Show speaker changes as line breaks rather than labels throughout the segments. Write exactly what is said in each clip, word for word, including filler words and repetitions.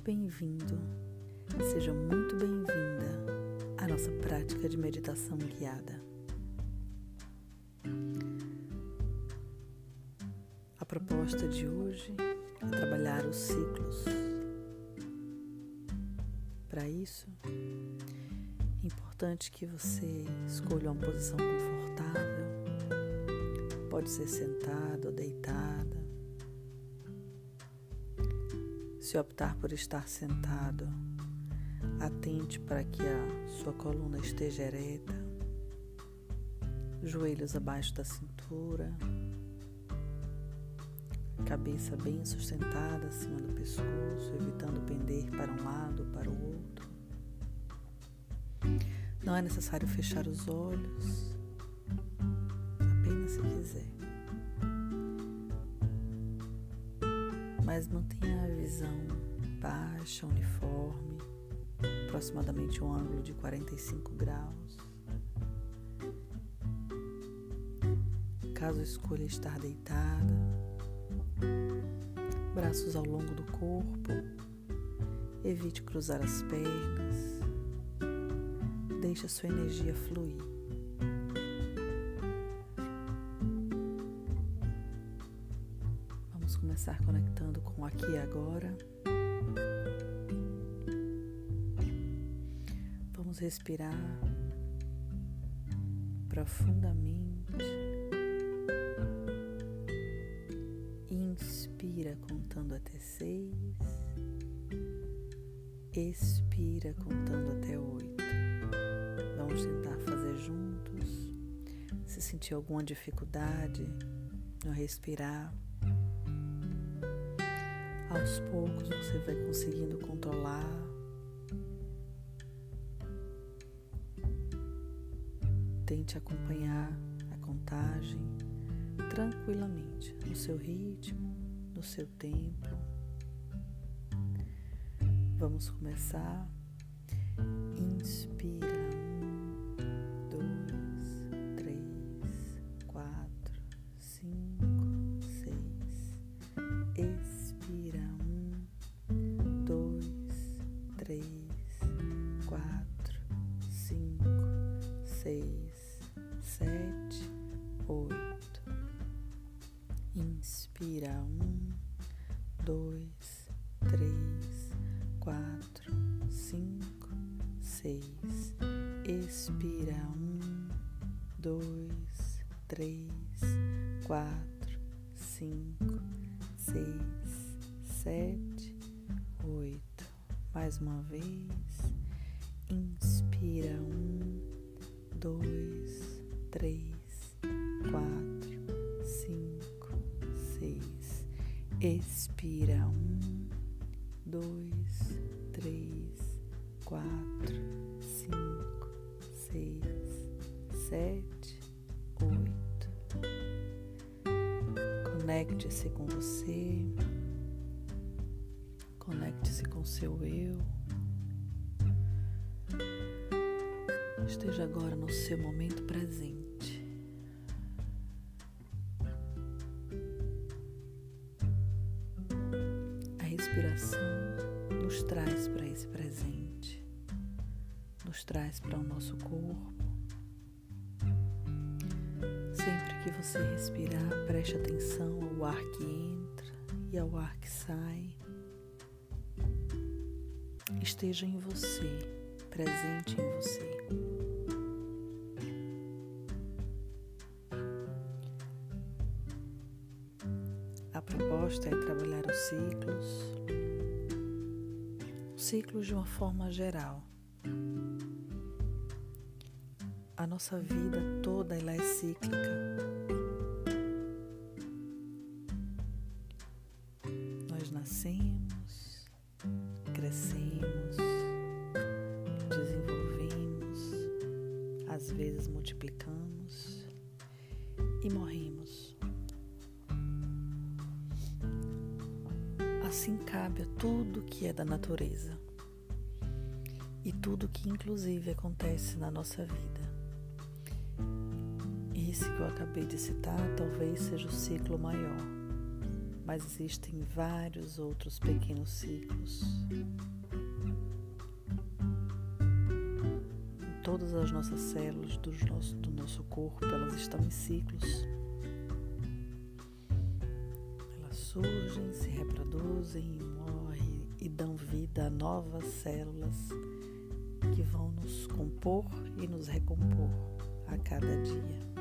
bem-vindo, seja muito bem-vinda à nossa prática de meditação guiada. A proposta de hoje é trabalhar os ciclos. Para isso, é importante que você escolha uma posição confortável, pode ser sentada ou deitada. Se optar por estar sentado, atente para que a sua coluna esteja ereta, joelhos abaixo da cintura, cabeça bem sustentada acima do pescoço, evitando pender para um lado ou para o outro. Não é necessário fechar os olhos, apenas se quiser. Mas mantenha a visão baixa, uniforme, aproximadamente um ângulo de quarenta e cinco graus. Caso escolha estar deitada, braços ao longo do corpo, evite cruzar as pernas, deixe a sua energia fluir. Vamos começar conectando com o aqui e agora. Vamos respirar profundamente. Inspira contando até seis. Expira contando até oito. Vamos tentar fazer juntos. Se sentir alguma dificuldade no respirar, aos poucos você vai conseguindo controlar. Tente acompanhar a contagem tranquilamente, no seu ritmo, no seu tempo. Vamos começar. Inspira. Um, dois, três, quatro, cinco, seis. Expira. Um, dois, três, quatro, cinco, seis, sete, oito. Inspira. Um, dois, três, quatro, cinco, seis. Expira. Um, dois, três, quatro, cinco, seis, sete, oito. Mais uma vez. Inspira. Um, dois, três, quatro, cinco, seis. Expira. Um, dois, três, quatro, cinco, seis, sete, oito. Conecte-se com você. Conecte-se com seu eu. Esteja agora no seu momento presente. A respiração nos traz para esse presente, nos traz para o nosso corpo. Sempre que você respirar, preste atenção ao ar que entra e ao ar que sai. Esteja em você, presente em você. A proposta é trabalhar os ciclos, os ciclos de uma forma geral. A nossa vida toda ela é cíclica. Nós nascemos, crescemos, desenvolvemos, às vezes multiplicamos e morremos. Assim cabe a tudo que é da natureza e tudo que inclusive acontece na nossa vida. Esse que eu acabei de citar talvez seja o ciclo maior. mas existem vários outros pequenos ciclos. Em todas as nossas células do nosso, do nosso corpo, elas estão em ciclos. Elas surgem, se reproduzem e morrem e dão vida a novas células que vão nos compor e nos recompor a cada dia.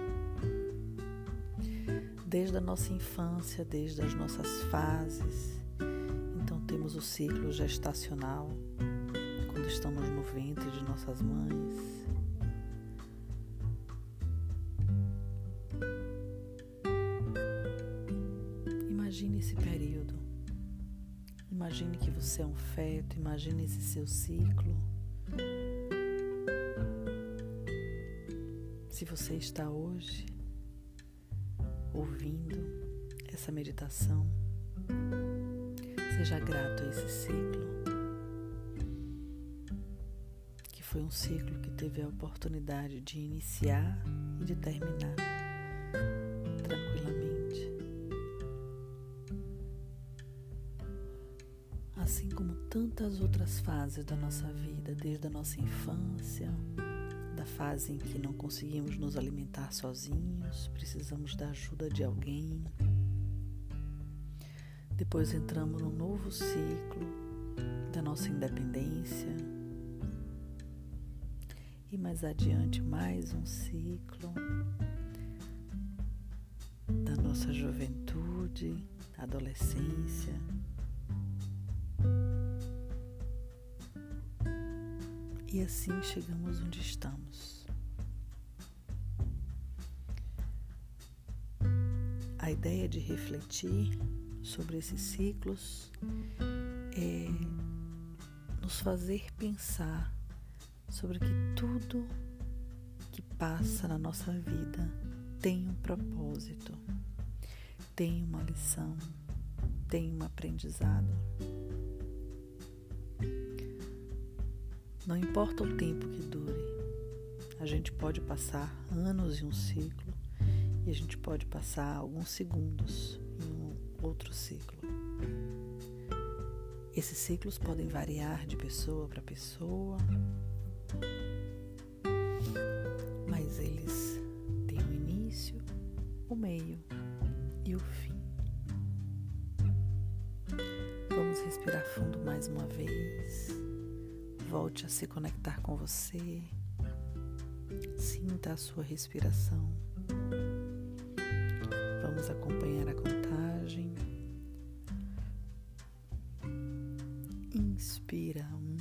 Desde a nossa infância, desde as nossas fases. Então temos o ciclo gestacional, quando estamos no ventre de nossas mães. Imagine esse período. Imagine que você é um feto, imagine esse seu ciclo. Se você está hoje ouvindo essa meditação, seja grato a esse ciclo, que foi um ciclo que teve a oportunidade de iniciar e de terminar tranquilamente. Assim como tantas outras fases da nossa vida, desde a nossa infância, da fase em que não conseguimos nos alimentar sozinhos, precisamos da ajuda de alguém. Depois entramos num novo ciclo da nossa independência. E mais adiante, mais um ciclo da nossa juventude, adolescência. E assim chegamos onde estamos. A ideia de refletir sobre esses ciclos é nos fazer pensar sobre que tudo que passa na nossa vida tem um propósito, tem uma lição, tem um aprendizado. Não importa o tempo que dure, a gente pode passar anos em um ciclo e a gente pode passar alguns segundos em um outro ciclo. Esses ciclos podem variar de pessoa para pessoa, mas eles têm o início, o meio e o fim. Vamos respirar fundo mais uma vez. Volte a se conectar com você. Sinta a sua respiração. Vamos acompanhar a contagem. Inspira. Um,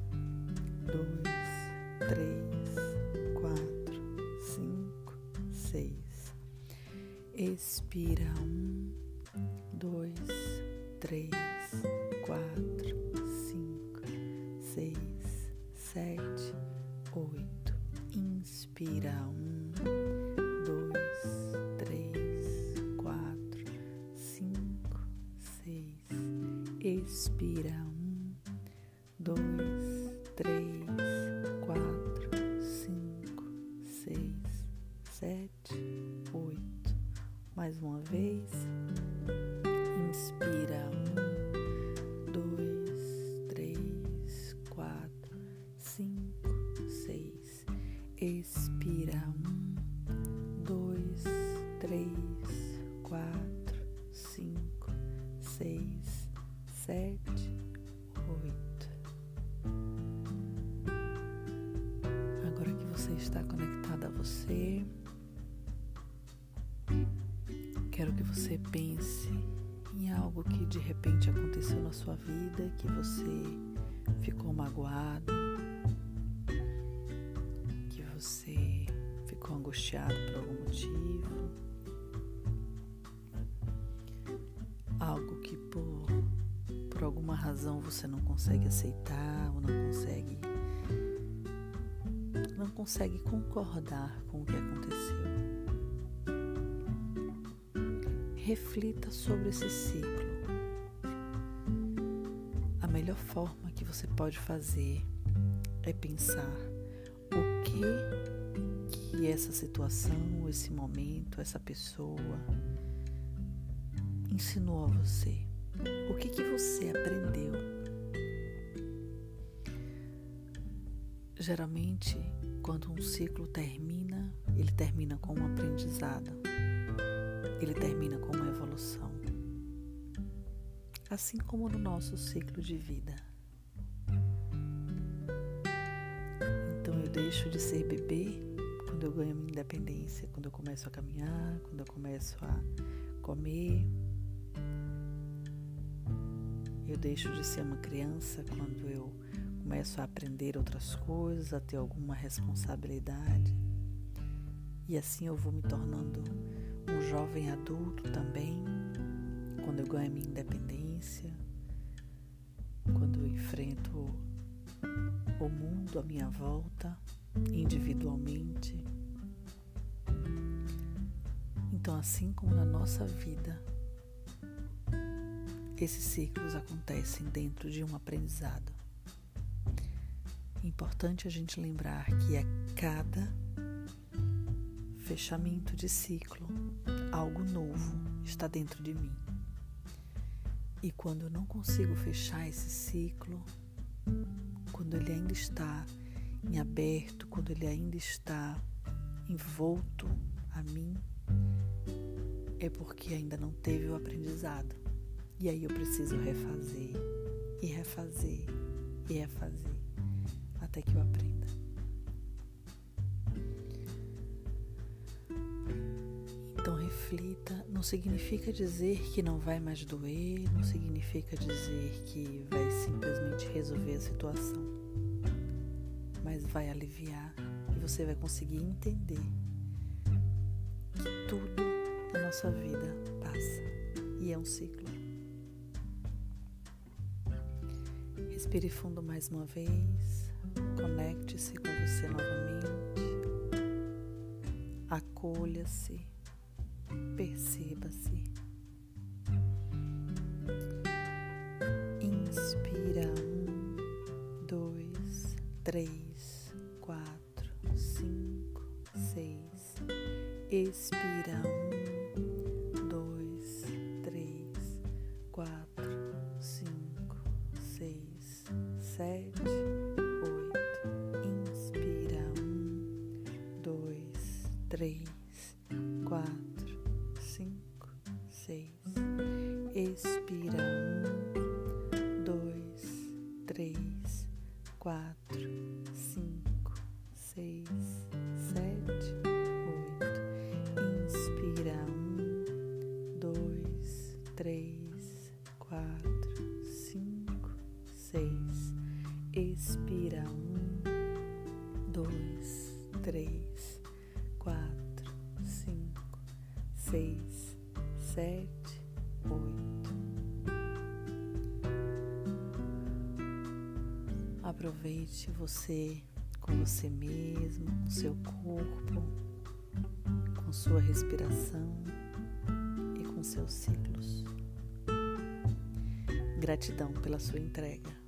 dois, três, quatro, cinco, seis. Expira. Um, dois, três, quatro, cinco, seis. Sete, oito. Inspira. Um, dois, três, quatro, cinco, seis. Expira. Um, dois, três, quatro, cinco, seis, sete, oito. Mais uma vez. Inspira. Um, dois, três, quatro, cinco, seis. Expira. Um, dois, três, quatro, cinco, seis, sete, oito. Agora que você está conectado a você, quero que você pense em algo que de repente aconteceu na sua vida, que você ficou magoado, que você ficou angustiado por algum motivo, algo que por, por alguma razão você não consegue aceitar ou não consegue, não consegue concordar com o que aconteceu. Reflita sobre esse ciclo. A melhor forma que você pode fazer é pensar o que que essa situação, esse momento, essa pessoa ensinou a você? O que que você aprendeu? Geralmente, quando um ciclo termina, ele termina com um aprendizado. Ele termina com uma evolução. Assim como no nosso ciclo de vida. Então eu deixo de ser bebê quando eu ganho minha independência, quando eu começo a caminhar, quando eu começo a comer. Eu deixo de ser uma criança quando eu começo a aprender outras coisas, a ter alguma responsabilidade. E assim eu vou me tornando um jovem adulto também, quando eu ganho minha independência, quando eu enfrento o mundo à minha volta, individualmente. Então, assim como na nossa vida, esses ciclos acontecem dentro de um aprendizado. É importante a gente lembrar que a cada fechamento de ciclo, algo novo está dentro de mim. E quando eu não consigo fechar esse ciclo, quando ele ainda está em aberto, quando ele ainda está envolto a mim, é porque ainda não teve o aprendizado. E aí eu preciso refazer, e refazer, e refazer, até que eu aprenda. Então reflita, não significa dizer que não vai mais doer, não significa dizer que vai simplesmente resolver a situação, mas vai aliviar e você vai conseguir entender que tudo na nossa vida passa e é um ciclo. Respire fundo mais uma vez, conecte-se com você novamente, acolha-se, perceba-se. Inspira um, dois, três, quatro, cinco, seis. Expira um, dois, três, quatro, cinco, seis, sete, oito. Inspira um, dois, três, quatro, cinco, seis. Expira um, dois, três, quatro, cinco, seis, sete, oito. Inspira um, dois, três, quatro, cinco, seis. Expira um, dois, três, quatro, cinco, seis, sete, oito. Aproveite você com você mesmo, com seu corpo, com sua respiração e com seus ciclos. Gratidão pela sua entrega.